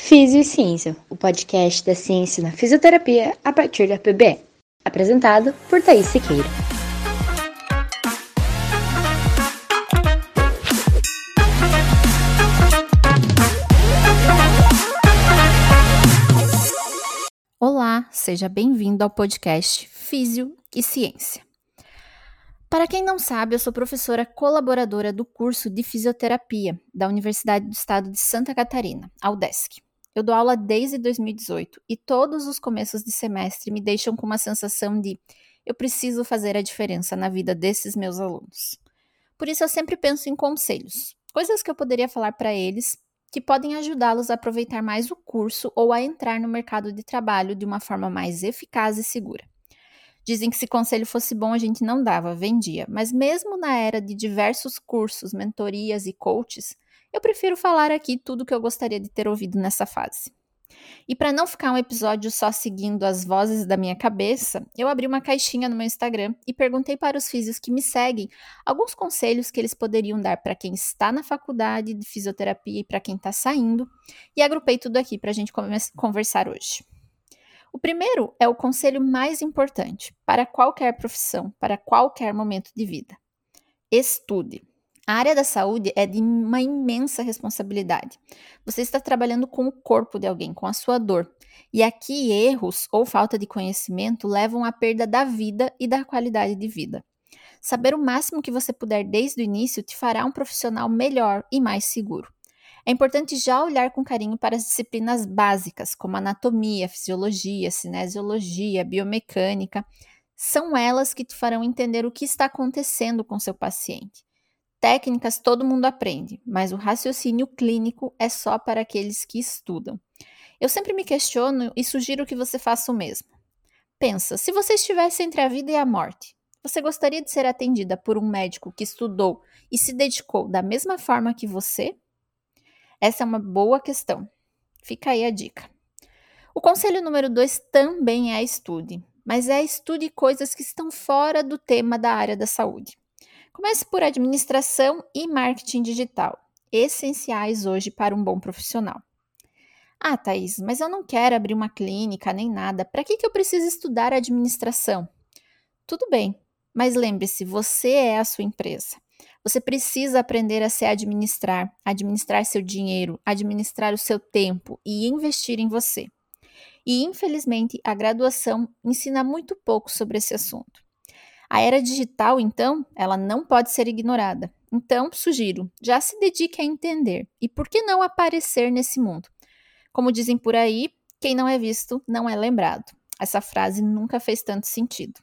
Físio e Ciência, o podcast da ciência na fisioterapia a partir da PBE. Apresentado por Thaís Siqueira. Olá, seja bem-vindo ao podcast Físio e Ciência. Para quem não sabe, eu sou professora colaboradora do curso de Fisioterapia da Universidade do Estado de Santa Catarina, a UDESC. Eu dou aula desde 2018 e todos os começos de semestre me deixam com uma sensação de eu preciso fazer a diferença na vida desses meus alunos. Por isso eu sempre penso em conselhos, coisas que eu poderia falar para eles que podem ajudá-los a aproveitar mais o curso ou a entrar no mercado de trabalho de uma forma mais eficaz e segura. Dizem que se conselho fosse bom a gente não dava, vendia, mas mesmo na era de diversos cursos, mentorias e coaches, eu prefiro falar aqui tudo que eu gostaria de ter ouvido nessa fase. E para não ficar um episódio só seguindo as vozes da minha cabeça, eu abri uma caixinha no meu Instagram e perguntei para os físios que me seguem alguns conselhos que eles poderiam dar para quem está na faculdade de fisioterapia e para quem está saindo, e agrupei tudo aqui para a gente conversar hoje. O primeiro é o conselho mais importante para qualquer profissão, para qualquer momento de vida. Estude. A área da saúde é de uma imensa responsabilidade. Você está trabalhando com o corpo de alguém, com a sua dor. E aqui erros ou falta de conhecimento levam à perda da vida e da qualidade de vida. Saber o máximo que você puder desde o início te fará um profissional melhor e mais seguro. É importante já olhar com carinho para as disciplinas básicas, como anatomia, fisiologia, cinesiologia, biomecânica. São elas que te farão entender o que está acontecendo com seu paciente. Técnicas todo mundo aprende, mas o raciocínio clínico é só para aqueles que estudam. Eu sempre me questiono e sugiro que você faça o mesmo. Pensa, se você estivesse entre a vida e a morte, você gostaria de ser atendida por um médico que estudou e se dedicou da mesma forma que você? Essa é uma boa questão. Fica aí a dica. O conselho número 2 também é estude, mas estude coisas que estão fora do tema da área da saúde. Comece por administração e marketing digital, essenciais hoje para um bom profissional. Ah, Thaís, mas eu não quero abrir uma clínica nem nada. Para que eu preciso estudar administração? Tudo bem, mas lembre-se, você é a sua empresa. Você precisa aprender a se administrar seu dinheiro, administrar o seu tempo e investir em você. E, infelizmente, a graduação ensina muito pouco sobre esse assunto. A era digital, então, ela não pode ser ignorada. Então, sugiro, já se dedique a entender. E por que não aparecer nesse mundo? Como dizem por aí, quem não é visto não é lembrado. Essa frase nunca fez tanto sentido.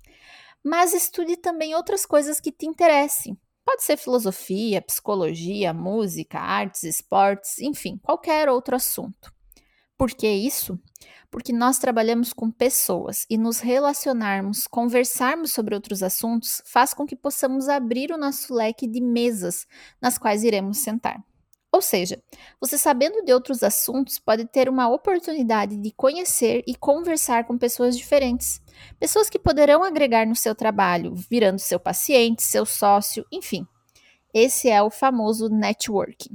Mas estude também outras coisas que te interessem. Pode ser filosofia, psicologia, música, artes, esportes, enfim, qualquer outro assunto. Por que isso? Porque nós trabalhamos com pessoas e nos relacionarmos, conversarmos sobre outros assuntos faz com que possamos abrir o nosso leque de mesas nas quais iremos sentar. Ou seja, você sabendo de outros assuntos pode ter uma oportunidade de conhecer e conversar com pessoas diferentes. Pessoas que poderão agregar no seu trabalho, virando seu paciente, seu sócio, enfim. Esse é o famoso networking.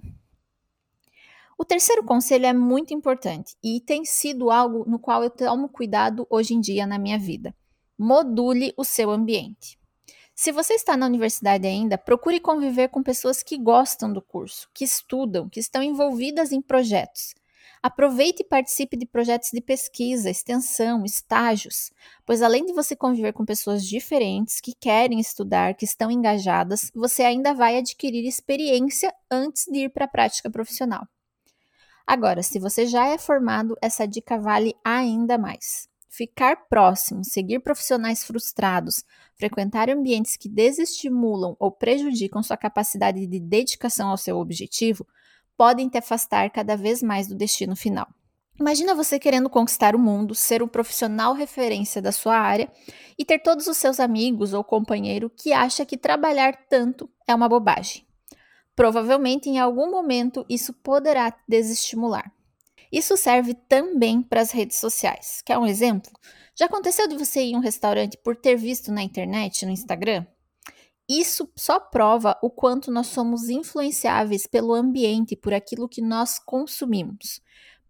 O terceiro conselho é muito importante e tem sido algo no qual eu tomo cuidado hoje em dia na minha vida. Module o seu ambiente. Se você está na universidade ainda, procure conviver com pessoas que gostam do curso, que estudam, que estão envolvidas em projetos. Aproveite e participe de projetos de pesquisa, extensão, estágios, pois além de você conviver com pessoas diferentes que querem estudar, que estão engajadas, você ainda vai adquirir experiência antes de ir para a prática profissional. Agora, se você já é formado, essa dica vale ainda mais. Ficar próximo, seguir profissionais frustrados, frequentar ambientes que desestimulam ou prejudicam sua capacidade de dedicação ao seu objetivo, podem te afastar cada vez mais do destino final. Imagina você querendo conquistar o mundo, ser um profissional referência da sua área e ter todos os seus amigos ou companheiro que acha que trabalhar tanto é uma bobagem. Provavelmente, em algum momento, isso poderá te desestimular. Isso serve também para as redes sociais. Quer um exemplo? Já aconteceu de você ir em um restaurante por ter visto na internet, no Instagram? Isso só prova o quanto nós somos influenciáveis pelo ambiente, por aquilo que nós consumimos.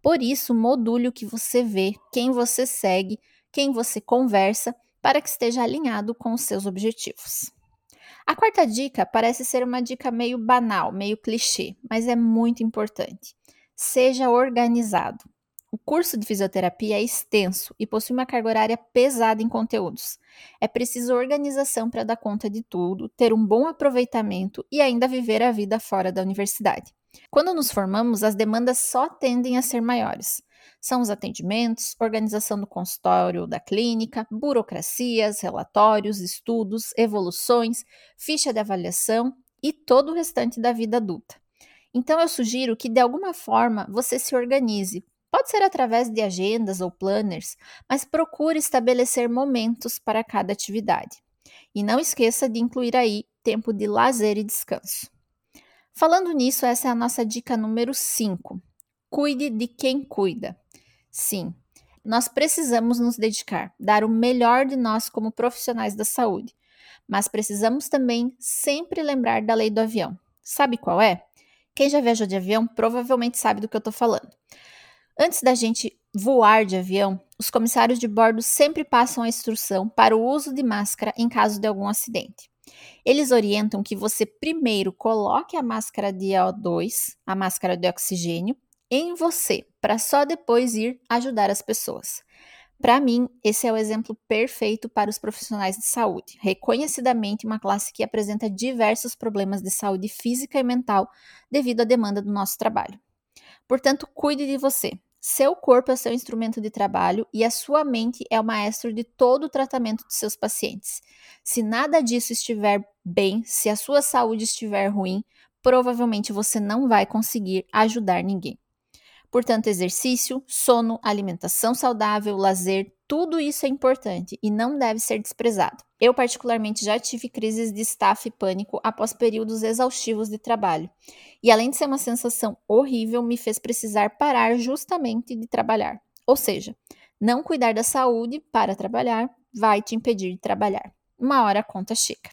Por isso, module o que você vê, quem você segue, quem você conversa, para que esteja alinhado com os seus objetivos. A quarta dica parece ser uma dica meio banal, meio clichê, mas é muito importante. Seja organizado. O curso de fisioterapia é extenso e possui uma carga horária pesada em conteúdos. É preciso organização para dar conta de tudo, ter um bom aproveitamento e ainda viver a vida fora da universidade. Quando nos formamos, as demandas só tendem a ser maiores. São os atendimentos, organização do consultório ou da clínica, burocracias, relatórios, estudos, evoluções, ficha de avaliação e todo o restante da vida adulta. Então eu sugiro que de alguma forma você se organize. Pode ser através de agendas ou planners, mas procure estabelecer momentos para cada atividade. E não esqueça de incluir aí tempo de lazer e descanso. Falando nisso, essa é a nossa dica número 5. Cuide de quem cuida. Sim, nós precisamos nos dedicar, dar o melhor de nós como profissionais da saúde, mas precisamos também sempre lembrar da lei do avião. Sabe qual é? Quem já viajou de avião provavelmente sabe do que eu estou falando. Antes da gente voar de avião, os comissários de bordo sempre passam a instrução para o uso de máscara em caso de algum acidente. Eles orientam que você primeiro coloque a máscara de O2, a máscara de oxigênio, em você, para só depois ir ajudar as pessoas. Para mim, esse é o exemplo perfeito para os profissionais de saúde, reconhecidamente uma classe que apresenta diversos problemas de saúde física e mental devido à demanda do nosso trabalho. Portanto, cuide de você. Seu corpo é o seu instrumento de trabalho e a sua mente é o maestro de todo o tratamento de seus pacientes. Se nada disso estiver bem, se a sua saúde estiver ruim, provavelmente você não vai conseguir ajudar ninguém. Portanto, exercício, sono, alimentação saudável, lazer, tudo isso é importante e não deve ser desprezado. Eu, particularmente, já tive crises de estafa e pânico após períodos exaustivos de trabalho. E além de ser uma sensação horrível, me fez precisar parar justamente de trabalhar. Ou seja, não cuidar da saúde para trabalhar vai te impedir de trabalhar. Uma hora a conta chega.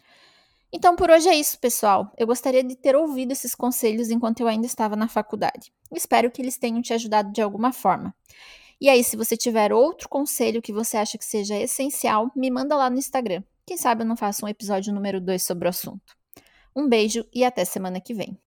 Então, por hoje é isso, pessoal. Eu gostaria de ter ouvido esses conselhos enquanto eu ainda estava na faculdade. Espero que eles tenham te ajudado de alguma forma. E aí, se você tiver outro conselho que você acha que seja essencial, me manda lá no Instagram. Quem sabe eu não faço um episódio número 2 sobre o assunto. Um beijo e até semana que vem.